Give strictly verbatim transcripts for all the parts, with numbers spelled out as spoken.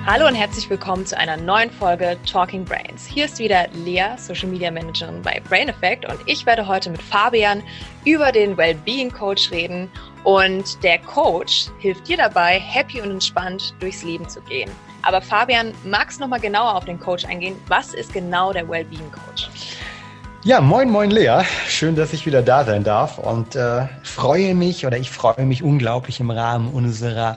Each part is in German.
Hallo und herzlich willkommen zu einer neuen Folge Talking Brains. Hier ist wieder Lea, Social Media Managerin bei Brain Effect, und ich werde heute mit Fabian über den Wellbeing Coach reden. Und der Coach hilft dir dabei, happy und entspannt durchs Leben zu gehen. Aber Fabian, magst du noch mal genauer auf den Coach eingehen? Was ist genau der Wellbeing Coach? Ja, moin, moin Lea. Schön, dass ich wieder da sein darf und äh, freue mich oder ich freue mich unglaublich im Rahmen unserer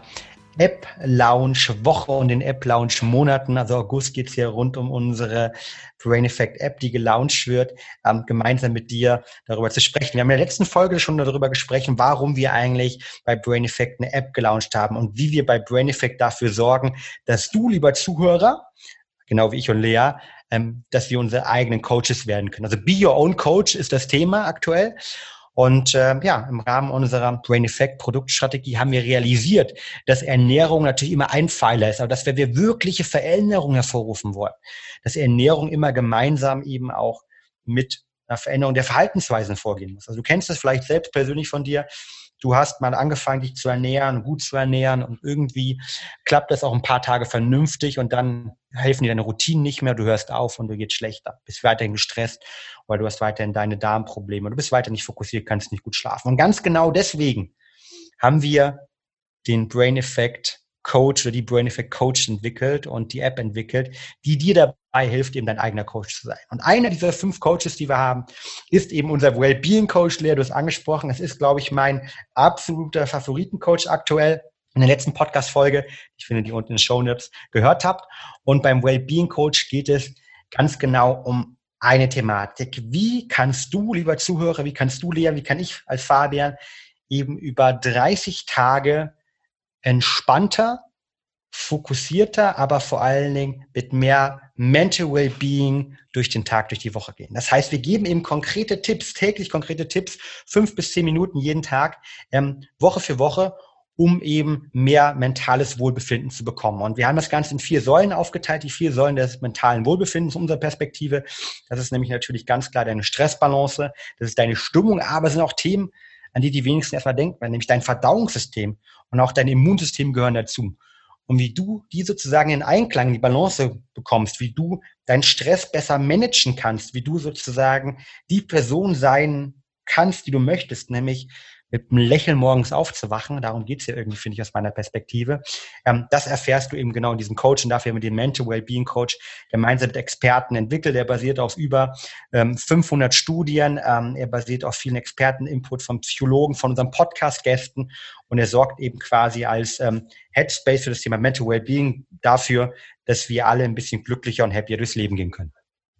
App-Launch-Woche und den App-Launch-Monaten. Also August geht es hier rund um unsere Brain Effect App, die gelauncht wird, ähm, gemeinsam mit dir darüber zu sprechen. Wir haben in der letzten Folge schon darüber gesprochen, warum wir eigentlich bei Brain Effect eine App gelauncht haben und wie wir bei Brain Effect dafür sorgen, dass du, lieber Zuhörer, genau wie ich und Lea, ähm, dass wir unsere eigenen Coaches werden können. Also Be Your Own Coach ist das Thema aktuell. Und äh, ja, im Rahmen unserer Brain Effect Produktstrategie haben wir realisiert, dass Ernährung natürlich immer ein Pfeiler ist, aber dass wir, wir wirkliche Veränderungen hervorrufen wollen, dass Ernährung immer gemeinsam eben auch mit einer Veränderung der Verhaltensweisen vorgehen muss. Also du kennst das vielleicht selbst persönlich von dir. Du hast mal angefangen, dich zu ernähren, gut zu ernähren, und irgendwie klappt das auch ein paar Tage vernünftig und dann helfen dir deine Routinen nicht mehr, du hörst auf und du geht schlechter, bist weiterhin gestresst, weil du hast weiterhin deine Darmprobleme, du bist weiter nicht fokussiert, kannst nicht gut schlafen. Und ganz genau deswegen haben wir den Brain Effect Coach oder die Brain Effect Coach entwickelt und die App entwickelt, die dir dabei hilft, eben dein eigener Coach zu sein. Und einer dieser fünf Coaches, die wir haben, ist eben unser Wellbeing Coach. Lea, du hast angesprochen, es ist, glaube ich, mein absoluter Favoritencoach aktuell. In der letzten Podcast-Folge, ich finde, die unten in den Shownotes gehört habt. Und beim Wellbeing Coach geht es ganz genau um eine Thematik. Wie kannst du, lieber Zuhörer, wie kannst du, Lea, wie kann ich als Fabian eben über dreißig Tage entspannter, fokussierter, aber vor allen Dingen mit mehr Mental Wellbeing durch den Tag, durch die Woche gehen. Das heißt, wir geben eben konkrete Tipps, täglich konkrete Tipps, fünf bis zehn Minuten jeden Tag, ähm, Woche für Woche, um eben mehr mentales Wohlbefinden zu bekommen. Und wir haben das Ganze in vier Säulen aufgeteilt, die vier Säulen des mentalen Wohlbefindens aus unserer Perspektive. Das ist nämlich natürlich ganz klar deine Stressbalance, das ist deine Stimmung, aber es sind auch Themen, an die die wenigsten erstmal denken, nämlich dein Verdauungssystem und auch dein Immunsystem gehören dazu. Und wie du die sozusagen in Einklang, die Balance bekommst, wie du deinen Stress besser managen kannst, wie du sozusagen die Person sein kannst, die du möchtest, nämlich mit einem Lächeln morgens aufzuwachen. Darum geht's ja irgendwie, finde ich, aus meiner Perspektive. Ähm, das erfährst du eben genau in diesem Coach, und dafür haben wir den Mental Wellbeing Coach gemeinsam mit Experten entwickelt. Er basiert auf über ähm, fünfhundert Studien. Ähm, er basiert auf vielen Experten-Input von Psychologen, von unseren Podcast-Gästen, und er sorgt eben quasi als ähm, Headspace für das Thema Mental Wellbeing dafür, dass wir alle ein bisschen glücklicher und happier durchs Leben gehen können.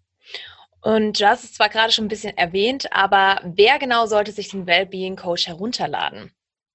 Und du hast es zwar gerade schon ein bisschen erwähnt, aber wer genau sollte sich den Wellbeing Coach herunterladen?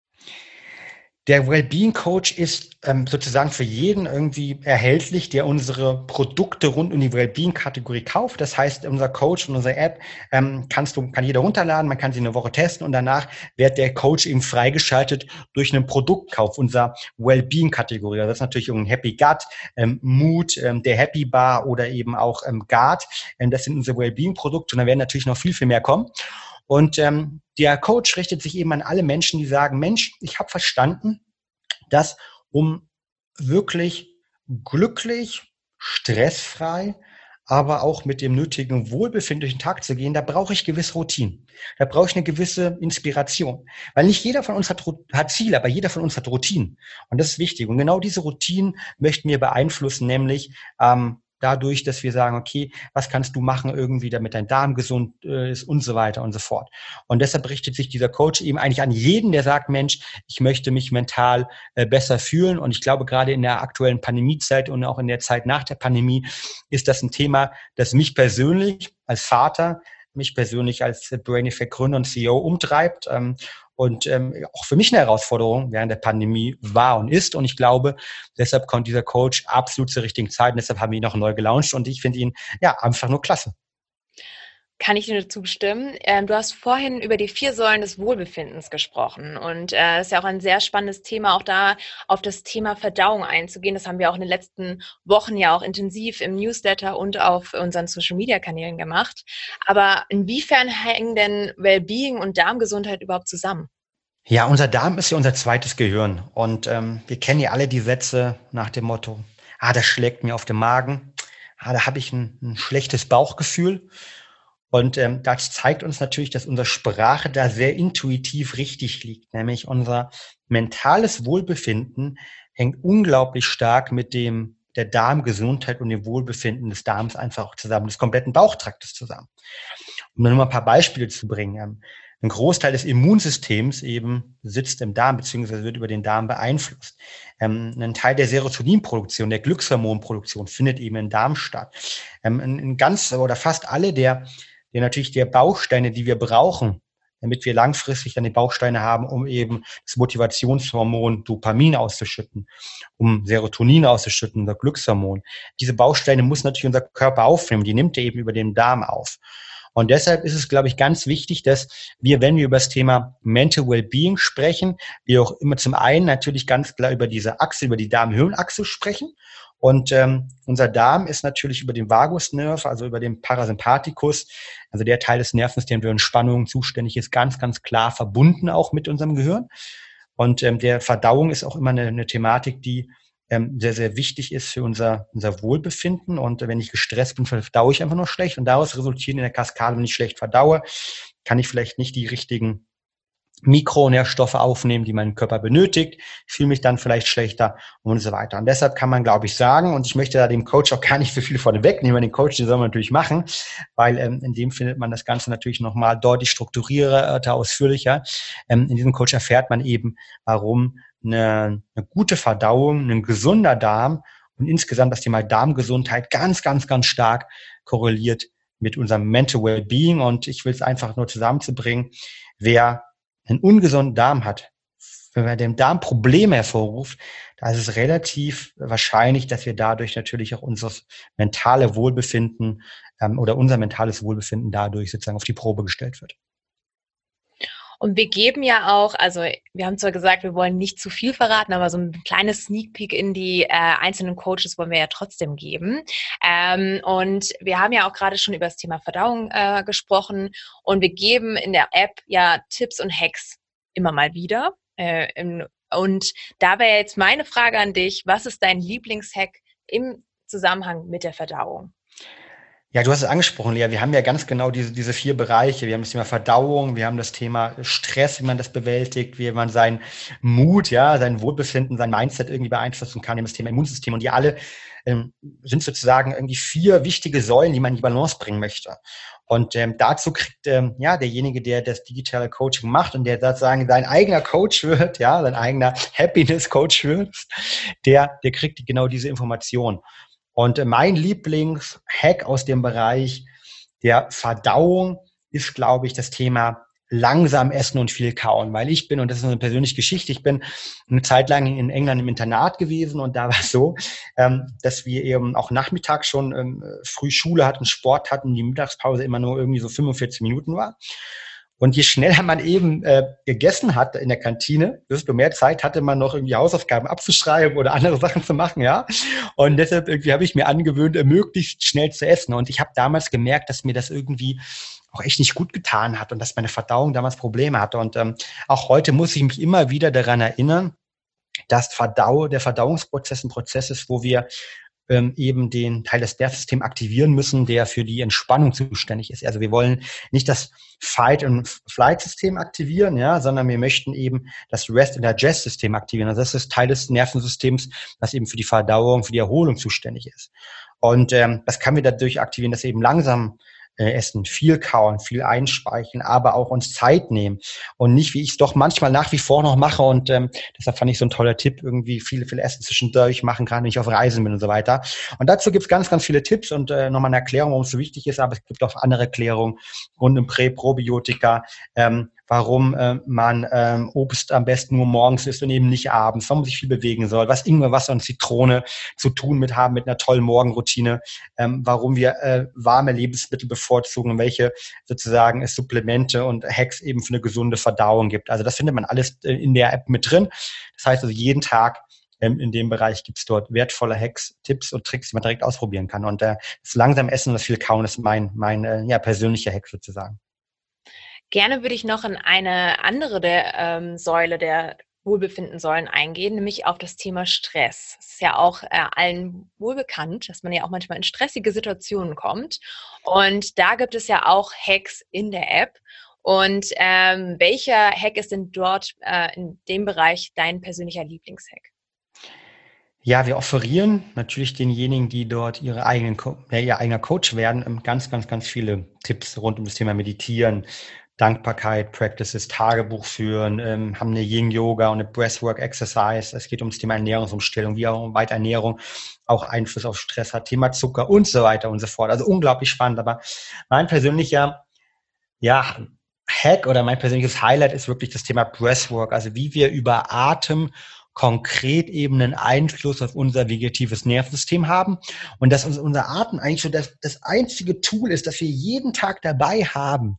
Der Wellbeing Coach ist ähm, sozusagen für jeden irgendwie erhältlich, der unsere Produkte rund um die Wellbeing-Kategorie kauft. Das heißt, unser Coach und unsere App ähm, kannst du, kann jeder runterladen, man kann sie eine Woche testen und danach wird der Coach eben freigeschaltet durch einen Produktkauf unserer Wellbeing-Kategorie. Das ist natürlich ein Happy Gut, ähm, Mood, ähm, der Happy Bar oder eben auch ähm, Guard. Ähm, das sind unsere Wellbeing-Produkte, und da werden natürlich noch viel, viel mehr kommen. Und ähm, der Coach richtet sich eben an alle Menschen, die sagen, Mensch, ich habe verstanden, dass um wirklich glücklich, stressfrei, aber auch mit dem nötigen Wohlbefinden durch den Tag zu gehen, da brauche ich gewisse Routinen. Da brauche ich eine gewisse Inspiration. Weil nicht jeder von uns hat, hat Ziele, aber jeder von uns hat Routinen. Und das ist wichtig. Und genau diese Routinen möchten wir beeinflussen, nämlich ähm, dadurch, dass wir sagen, okay, was kannst du machen irgendwie, damit dein Darm gesund äh, ist und so weiter und so fort. Und deshalb richtet sich dieser Coach eben eigentlich an jeden, der sagt, Mensch, ich möchte mich mental äh, besser fühlen. Und ich glaube, gerade in der aktuellen Pandemiezeit und auch in der Zeit nach der Pandemie ist das ein Thema, das mich persönlich als Vater, mich persönlich als Brain Effect Gründer und C E O umtreibt. Ähm, und ähm, auch für mich eine Herausforderung während der Pandemie war und ist. Und ich glaube, deshalb kommt dieser Coach absolut zur richtigen Zeit. Und deshalb haben wir ihn auch neu gelauncht. Und ich finde ihn ja einfach nur klasse. Kann ich dir nur zustimmen. Ähm, du hast vorhin über die vier Säulen des Wohlbefindens gesprochen, und es äh, ist ja auch ein sehr spannendes Thema, auch da auf das Thema Verdauung einzugehen. Das haben wir auch in den letzten Wochen ja auch intensiv im Newsletter und auf unseren Social-Media-Kanälen gemacht. Aber inwiefern hängen denn Wellbeing und Darmgesundheit überhaupt zusammen? Ja, unser Darm ist ja unser zweites Gehirn. Und ähm, wir kennen ja alle die Sätze nach dem Motto, ah, das schlägt mir auf den Magen, ah, da habe ich ein, ein schlechtes Bauchgefühl. Und ähm, das zeigt uns natürlich, dass unsere Sprache da sehr intuitiv richtig liegt, nämlich unser mentales Wohlbefinden hängt unglaublich stark mit dem der Darmgesundheit und dem Wohlbefinden des Darms einfach auch zusammen, des kompletten Bauchtraktes zusammen. Um nur mal ein paar Beispiele zu bringen. Ein Großteil des Immunsystems eben sitzt im Darm, beziehungsweise wird über den Darm beeinflusst. Ähm, ein Teil der Serotoninproduktion, der Glückshormonproduktion findet eben im Darm statt. Ähm, ein ganz oder fast alle der, der natürlich der Bausteine, die wir brauchen, damit wir langfristig dann die Bausteine haben, um eben das Motivationshormon Dopamin auszuschütten, um Serotonin auszuschütten, unser Glückshormon. Diese Bausteine muss natürlich unser Körper aufnehmen, die nimmt er eben über den Darm auf. Und deshalb ist es, glaube ich, ganz wichtig, dass wir, wenn wir über das Thema Mental Wellbeing sprechen, wir auch immer zum einen natürlich ganz klar über diese Achse, über die Darm-Hirn-Achse sprechen. Und ähm, unser Darm ist natürlich über den Vagusnerv, also über den Parasympathikus, also der Teil des Nervensystems, der für Entspannung zuständig ist, ganz, ganz klar verbunden auch mit unserem Gehirn. Und ähm, der Verdauung ist auch immer eine, eine Thematik, die ähm, sehr, sehr wichtig ist für unser, unser Wohlbefinden. Und äh, wenn ich gestresst bin, verdaue ich einfach nur schlecht. Und daraus resultieren in der Kaskade, wenn ich schlecht verdaue, kann ich vielleicht nicht die richtigen Mikronährstoffe aufnehmen, die mein Körper benötigt, ich fühle mich dann vielleicht schlechter und so weiter. Und deshalb kann man, glaube ich, sagen, und ich möchte da dem Coach auch gar nicht so viel vorne wegnehmen, den Coach, den soll man natürlich machen, weil ähm, in dem findet man das Ganze natürlich nochmal deutlich strukturierter, ausführlicher. Ähm, in diesem Coach erfährt man eben, warum eine, eine gute Verdauung, ein gesunder Darm und insgesamt das Thema Darmgesundheit ganz, ganz, ganz stark korreliert mit unserem Mental Wellbeing. Und ich will es einfach nur zusammenzubringen, wer einen ungesunden Darm hat, wenn man dem Darm Probleme hervorruft, da ist es relativ wahrscheinlich, dass wir dadurch natürlich auch unser mentale Wohlbefinden ähm, oder unser mentales Wohlbefinden dadurch sozusagen auf die Probe gestellt wird. Und wir geben ja auch, also wir haben zwar gesagt, wir wollen nicht zu viel verraten, aber so ein kleines Sneak Peek in die äh, einzelnen Coaches wollen wir ja trotzdem geben. Ähm, und wir haben ja auch gerade schon über das Thema Verdauung äh, gesprochen und wir geben in der App ja Tipps und Hacks immer mal wieder. Äh, im, und da wäre jetzt meine Frage an dich, was ist dein Lieblingshack im Zusammenhang mit der Verdauung? Ja, du hast es angesprochen, Lea. Wir haben ja ganz genau diese, diese vier Bereiche. Wir haben das Thema Verdauung, wir haben das Thema Stress, wie man das bewältigt, wie man seinen Mut, ja, sein Wohlbefinden, sein Mindset irgendwie beeinflussen kann, das Thema Immunsystem. Und die alle ähm, sind sozusagen irgendwie vier wichtige Säulen, die man in die Balance bringen möchte. Und ähm, dazu kriegt ähm, ja derjenige, der das digitale Coaching macht und der sozusagen sein eigener Coach wird, ja, sein eigener Happiness-Coach wird, der, der kriegt genau diese Information. Und mein Lieblingshack aus dem Bereich der Verdauung ist, glaube ich, das Thema langsam essen und viel kauen, weil ich bin, und das ist eine persönliche Geschichte, ich bin eine Zeit lang in England im Internat gewesen und da war es so, dass wir eben auch nachmittags schon früh Schule hatten, Sport hatten, die Mittagspause immer nur irgendwie so fünfundvierzig Minuten war. Und je schneller man eben äh, gegessen hat in der Kantine, desto mehr Zeit hatte man noch irgendwie Hausaufgaben abzuschreiben oder andere Sachen zu machen, ja. Und deshalb irgendwie habe ich mir angewöhnt, möglichst schnell zu essen. Und ich habe damals gemerkt, dass mir das irgendwie auch echt nicht gut getan hat und dass meine Verdauung damals Probleme hatte. Und ähm, auch heute muss ich mich immer wieder daran erinnern, dass Verdau der Verdauungsprozess ein Prozess ist, wo wir ähm, eben den Teil des Nervensystems aktivieren müssen, der für die Entspannung zuständig ist. Also wir wollen nicht das Fight- und Flight-System aktivieren, ja, sondern wir möchten eben das Rest- und Digest-System aktivieren. Also das ist Teil des Nervensystems, das eben für die Verdauung, für die Erholung zuständig ist. Und ähm, das kann wir dadurch aktivieren, dass wir eben langsam äh, essen, viel kauen, viel einspeicheln, aber auch uns Zeit nehmen und nicht, wie ich es doch manchmal nach wie vor noch mache. Und ähm, deshalb fand ich so ein toller Tipp, irgendwie viel, viel Essen zwischendurch machen kann, wenn ich auf Reisen bin und so weiter. Und dazu gibt es ganz, ganz viele Tipps und äh, nochmal eine Erklärung, warum es so wichtig ist, aber es gibt auch andere Erklärungen rund um Prä-, Probiotika, ähm, warum äh, man ähm, Obst am besten nur morgens isst und eben nicht abends, warum man sich viel bewegen soll, was Ingwerwasser und Zitrone zu tun mit haben, mit einer tollen Morgenroutine, ähm, warum wir äh, warme Lebensmittel bevorzugen und welche sozusagen es Supplemente und Hacks eben für eine gesunde Verdauung gibt. Also das findet man alles in der App mit drin. Das heißt also jeden Tag ähm, in dem Bereich gibt es dort wertvolle Hacks, Tipps und Tricks, die man direkt ausprobieren kann. Und äh, das langsam Essen und das viel Kauen ist mein, mein äh, ja, persönlicher Hack sozusagen. Gerne würde ich noch in eine andere der, ähm, Säule der Wohlbefindensäulen eingehen, nämlich auf das Thema Stress. Es ist ja auch äh, allen wohl bekannt, dass man ja auch manchmal in stressige Situationen kommt. Und da gibt es ja auch Hacks in der App. Und ähm, welcher Hack ist denn dort äh, in dem Bereich dein persönlicher Lieblingshack? Ja, wir offerieren natürlich denjenigen, die dort ihre eigenen, Co- ja, ihr eigener Coach werden, ähm, ganz, ganz, ganz viele Tipps rund um das Thema Meditieren, Dankbarkeit, Practices, Tagebuch führen, ähm, haben eine Yin-Yoga und eine Breathwork-Exercise. Es geht ums Thema Ernährungsumstellung, wie auch weit Ernährung auch Einfluss auf Stress hat, Thema Zucker und so weiter und so fort. Also unglaublich spannend. Aber mein persönlicher, ja, Hack oder mein persönliches Highlight ist wirklich das Thema Breathwork, also wie wir über Atem konkret eben einen Einfluss auf unser vegetatives Nervensystem haben und dass uns unser Atem eigentlich so das, das einzige Tool ist, das wir jeden Tag dabei haben,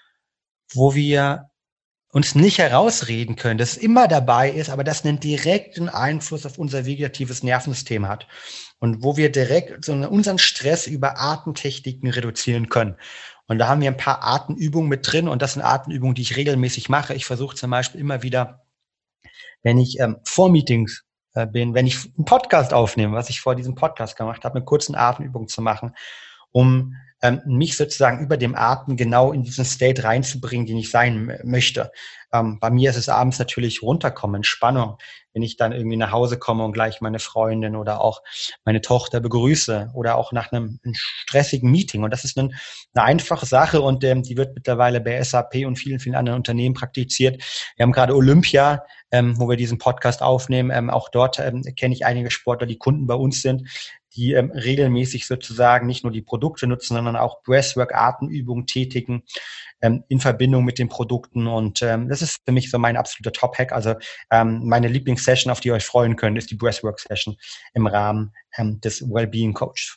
wo wir uns nicht herausreden können, das immer dabei ist, aber das einen direkten Einfluss auf unser vegetatives Nervensystem hat und wo wir direkt so unseren Stress über Atemtechniken reduzieren können. Und da haben wir ein paar Atemübungen mit drin und das sind Atemübungen, die ich regelmäßig mache. Ich versuche zum Beispiel immer wieder, wenn ich ähm, vor Meetings äh, bin, wenn ich einen Podcast aufnehme, was ich vor diesem Podcast gemacht habe, eine kurze Atemübung zu machen, um ähm, mich sozusagen über dem Atmen genau in diesen State reinzubringen, den ich sein m- möchte. Ähm, bei mir ist es abends natürlich runterkommen, Entspannung, wenn ich dann irgendwie nach Hause komme und gleich meine Freundin oder auch meine Tochter begrüße oder auch nach einem, einem stressigen Meeting. Und das ist ein, eine einfache Sache und ähm, die wird mittlerweile bei S A P und vielen, vielen anderen Unternehmen praktiziert. Wir haben gerade Olympia, ähm, wo wir diesen Podcast aufnehmen. Ähm, auch dort ähm, kenne ich einige Sportler, die Kunden bei uns sind, die ähm, regelmäßig sozusagen nicht nur die Produkte nutzen, sondern auch Breathwork, Atemübungen tätigen ähm, in Verbindung mit den Produkten. Und ähm, das ist für mich so mein absoluter Top-Hack. Also ähm, meine Lieblingssession, auf die ihr euch freuen könnt, ist die Breathwork-Session im Rahmen ähm, des Wellbeing Coach.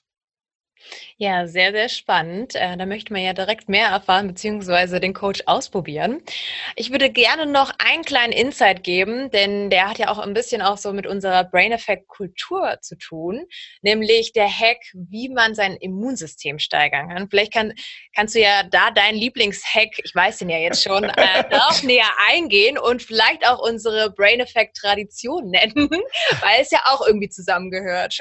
Ja, sehr, sehr spannend. Äh, da möchte man ja direkt mehr erfahren, beziehungsweise den Coach ausprobieren. Ich würde gerne noch einen kleinen Insight geben, denn der hat ja auch ein bisschen auch so mit unserer Brain Effect Kultur zu tun, nämlich der Hack, wie man sein Immunsystem steigern kann. Vielleicht kann, kannst du ja da deinen Lieblingshack, ich weiß den ja jetzt schon, äh, darauf näher eingehen und vielleicht auch unsere Brain Effect Tradition nennen, weil es ja auch irgendwie zusammengehört.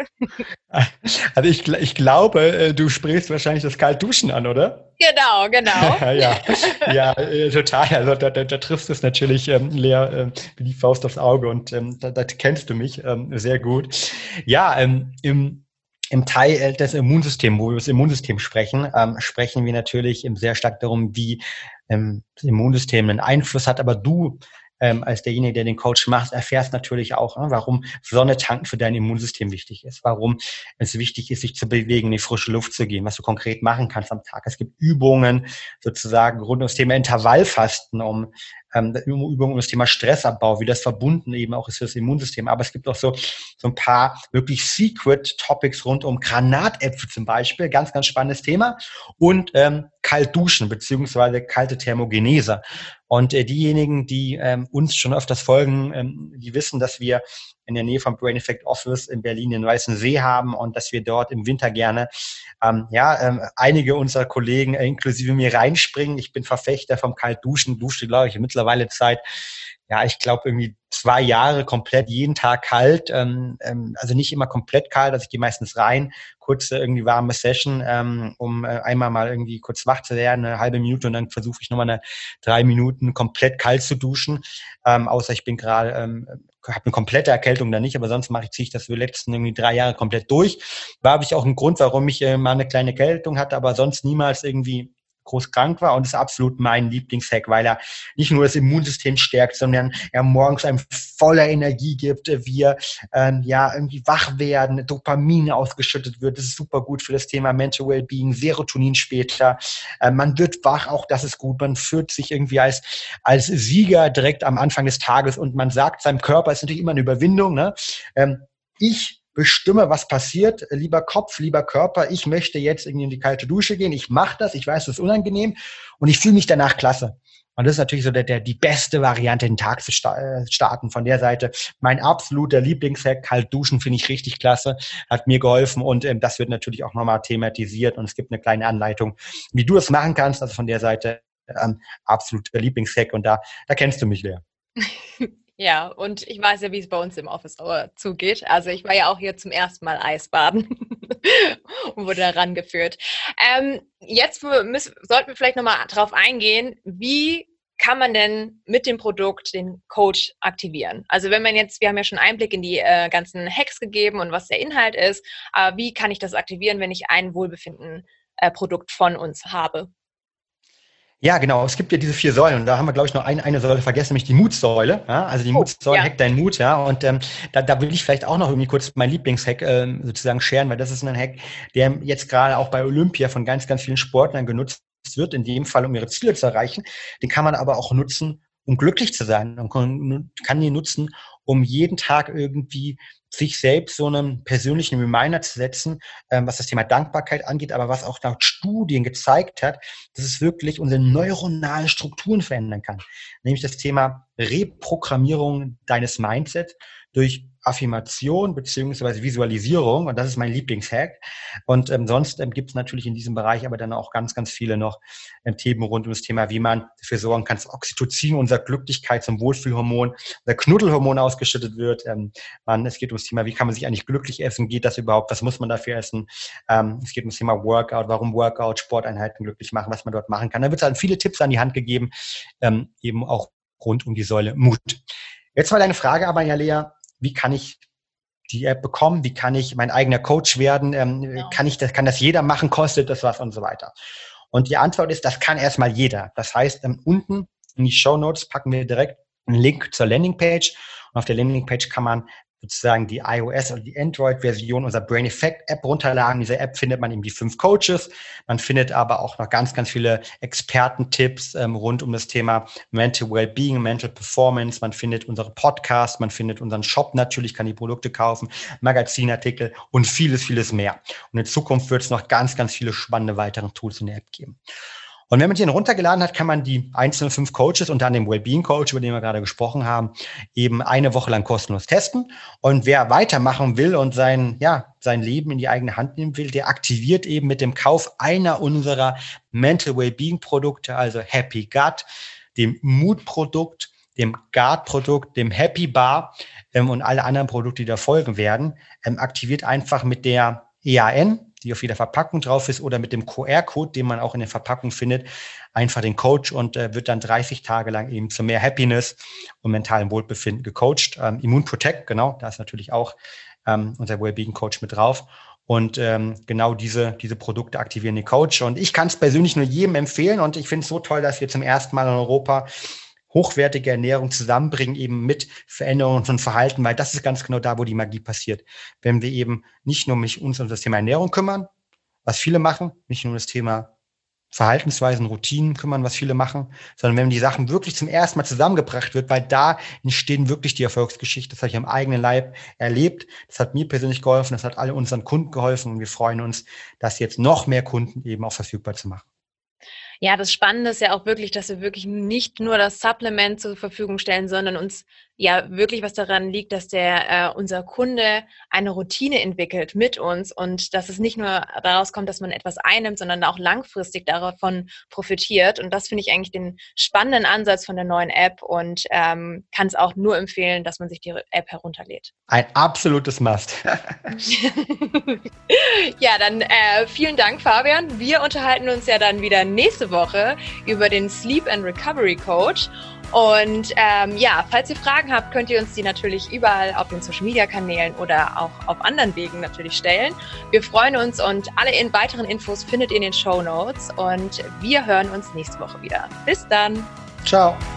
Also ich, ich glaube, äh, du sprichst wahrscheinlich das Kaltduschen an, oder? Genau, genau. ja, ja, äh, total. Also da, da, da triffst du es natürlich, ähm, Lea, äh, wie die Faust aufs Auge und ähm, da, da kennst du mich ähm, sehr gut. Ja, ähm, im, im Teil des Immunsystems, wo wir über das Immunsystem sprechen, ähm, sprechen wir natürlich ähm, sehr stark darum, wie ähm, das Immunsystem einen Einfluss hat. Aber du ähm, als derjenige, der den Coach macht, erfährst natürlich auch, äh, warum Sonne tanken für dein Immunsystem wichtig ist, warum es wichtig ist, sich zu bewegen, in die frische Luft zu gehen, was du konkret machen kannst am Tag. Es gibt Übungen sozusagen rund um das Thema Intervallfasten, um ähm, Übungen um das Thema Stressabbau, wie das verbunden eben auch ist für das Immunsystem. Aber es gibt auch so, so ein paar wirklich Secret Topics rund um Granatäpfel zum Beispiel, ganz, ganz spannendes Thema und ähm, kalt duschen beziehungsweise kalte Thermogenese. Und äh, diejenigen, die ähm, uns schon öfters folgen, ähm, die wissen, dass wir in der Nähe vom Brain Effect Office in Berlin den Weißen See haben und dass wir dort im Winter gerne ähm, ja ähm, einige unserer Kollegen äh, inklusive mir reinspringen. Ich bin Verfechter vom Kaltduschen, dusche, glaube ich, mittlerweile Zeit, ja, ich glaube irgendwie zwei Jahre komplett jeden Tag kalt, ähm, ähm, also nicht immer komplett kalt, also ich gehe meistens rein, kurze irgendwie warme Session, ähm, um äh, einmal mal irgendwie kurz wach zu werden, eine halbe Minute und dann versuche ich nochmal eine drei Minuten komplett kalt zu duschen, ähm, außer ich bin gerade, ähm, habe eine komplette Erkältung da nicht, aber sonst mache ich, ziehe ich das für die letzten irgendwie drei Jahre komplett durch. Da habe ich auch einen Grund, warum ich äh, mal eine kleine Erkältung hatte, aber sonst niemals irgendwie groß krank war und ist absolut mein Lieblingshack, weil er nicht nur das Immunsystem stärkt, sondern er morgens einem voller Energie gibt, wir ähm, ja irgendwie wach werden, Dopamin ausgeschüttet wird, das ist super gut für das Thema Mental Wellbeing, Serotonin später, äh, man wird wach, auch das ist gut, man fühlt sich irgendwie als als Sieger direkt am Anfang des Tages und man sagt seinem Körper, ist natürlich immer eine Überwindung, ne? Ähm, ich bestimme, was passiert, lieber Kopf, lieber Körper, ich möchte jetzt irgendwie in die kalte Dusche gehen, ich mache das, ich weiß, das ist unangenehm und ich fühle mich danach klasse. Und das ist natürlich so der, der, die beste Variante, den Tag zu starten. Von der Seite mein absoluter Lieblingshack, kalt duschen, finde ich richtig klasse, hat mir geholfen und ähm, das wird natürlich auch nochmal thematisiert und es gibt eine kleine Anleitung, wie du es machen kannst. Also von der Seite ähm, absoluter Lieblingshack und da, da kennst du mich, Lea. Ja, und ich weiß ja, wie es bei uns im Office zugeht. Also ich war ja auch hier zum ersten Mal Eisbaden und wurde da rangeführt. Ähm, jetzt müssen, sollten wir vielleicht nochmal drauf eingehen, wie kann man denn mit dem Produkt den Coach aktivieren? Also wenn man jetzt, wir haben ja schon Einblick in die äh, ganzen Hacks gegeben und was der Inhalt ist, aber wie kann ich das aktivieren, wenn ich ein Wohlbefinden-Produkt äh, von uns habe? Ja, genau. Es gibt ja diese vier Säulen und da haben wir, glaube ich, noch eine, eine Säule vergessen, nämlich die Mutsäule. Ja? Also die Oh, Mutsäule, ja. Hack deinen Mut. Ja. Und ähm, da, da will ich vielleicht auch noch irgendwie kurz meinen Lieblingshack ähm, sozusagen scheren, weil das ist ein Hack, der jetzt gerade auch bei Olympia von ganz, ganz vielen Sportlern genutzt wird, in dem Fall, um ihre Ziele zu erreichen. Den kann man aber auch nutzen, um glücklich zu sein. Und kann, kann den nutzen, um jeden Tag irgendwie sich selbst so einen persönlichen Reminder zu setzen, ähm, was das Thema Dankbarkeit angeht, aber was auch laut Studien gezeigt hat, dass es wirklich unsere neuronalen Strukturen verändern kann. Nämlich das Thema Reprogrammierung deines Mindsets durch Affirmation beziehungsweise Visualisierung. Und das ist mein Lieblingshack. Und ähm, sonst ähm, gibt es natürlich in diesem Bereich aber dann auch ganz, ganz viele noch ähm, Themen rund um das Thema, wie man dafür sorgen kann, dass Oxytocin, unser Glücklichkeits- und Wohlfühlhormon, unser Knuddelhormon ausgeschüttet wird. Ähm, man, es geht ums Thema, wie kann man sich eigentlich glücklich essen? Geht das überhaupt? Was muss man dafür essen? Ähm, es geht ums Thema Workout, warum Workout, Sporteinheiten glücklich machen, was man dort machen kann. Da wird dann viele Tipps an die Hand gegeben, ähm, eben auch rund um die Säule Mut. Jetzt mal deine Frage aber, ja, Lea, wie kann ich die App bekommen? Wie kann ich mein eigener Coach werden? Ähm, ja. Kann ich das, kann das jeder machen? Kostet das was und so weiter? Und die Antwort ist, das kann erstmal jeder. Das heißt, ähm, unten in die Shownotes packen wir direkt einen Link zur Landingpage. Und auf der Landingpage kann man sozusagen die iOS oder die Android-Version unserer Brain Effect App runterladen. In dieser App findet man eben die fünf Coaches. Man findet aber auch noch ganz, ganz viele Expertentipps ähm, rund um das Thema Mental Wellbeing, Mental Performance. Man findet unsere Podcasts, man findet unseren Shop natürlich, kann die Produkte kaufen, Magazinartikel und vieles, vieles mehr. Und in Zukunft wird es noch ganz, ganz viele spannende weitere Tools in der App geben. Und wenn man den runtergeladen hat, kann man die einzelnen fünf Coaches und dann den Wellbeing-Coach, über den wir gerade gesprochen haben, eben eine Woche lang kostenlos testen. Und wer weitermachen will und sein, ja, sein Leben in die eigene Hand nehmen will, der aktiviert eben mit dem Kauf einer unserer Mental Wellbeing-Produkte, also Happy Gut, dem Mood-Produkt, dem Guard-Produkt, dem Happy Bar ähm, und alle anderen Produkte, die da folgen werden, ähm, aktiviert einfach mit der E A N, die auf jeder Verpackung drauf ist, oder mit dem Q R-Code, den man auch in der Verpackung findet, einfach den Coach und äh, wird dann dreißig Tage lang eben zu mehr Happiness und mentalem Wohlbefinden gecoacht. Ähm, Immune Protect, genau, da ist natürlich auch ähm, unser Wellbeing-Coach mit drauf. Und ähm, genau diese diese Produkte aktivieren den Coach. Und ich kann es persönlich nur jedem empfehlen. Und ich finde es so toll, dass wir zum ersten Mal in Europa hochwertige Ernährung zusammenbringen, eben mit Veränderungen von Verhalten, weil das ist ganz genau da, wo die Magie passiert. Wenn wir eben nicht nur uns um das Thema Ernährung kümmern, was viele machen, nicht nur um das Thema Verhaltensweisen, Routinen kümmern, was viele machen, sondern wenn die Sachen wirklich zum ersten Mal zusammengebracht wird, weil da entstehen wirklich die Erfolgsgeschichten. Das habe ich am eigenen Leib erlebt. Das hat mir persönlich geholfen, das hat alle unseren Kunden geholfen und wir freuen uns, das jetzt noch mehr Kunden eben auch verfügbar zu machen. Ja, das Spannende ist ja auch wirklich, dass wir wirklich nicht nur das Supplement zur Verfügung stellen, sondern uns ja wirklich was daran liegt, dass der äh, unser Kunde eine Routine entwickelt mit uns und dass es nicht nur daraus kommt, dass man etwas einnimmt, sondern auch langfristig davon profitiert. Und das finde ich eigentlich den spannenden Ansatz von der neuen App und ähm, kann es auch nur empfehlen, dass man sich die App herunterlädt. Ein absolutes Must. Ja, dann äh, vielen Dank, Fabian. Wir unterhalten uns ja dann wieder nächste Woche über den Sleep and Recovery Coach. Und ähm, ja, falls ihr Fragen habt, könnt ihr uns die natürlich überall auf den Social-Media-Kanälen oder auch auf anderen Wegen natürlich stellen. Wir freuen uns und alle in weiteren Infos findet ihr in den Shownotes und wir hören uns nächste Woche wieder. Bis dann. Ciao.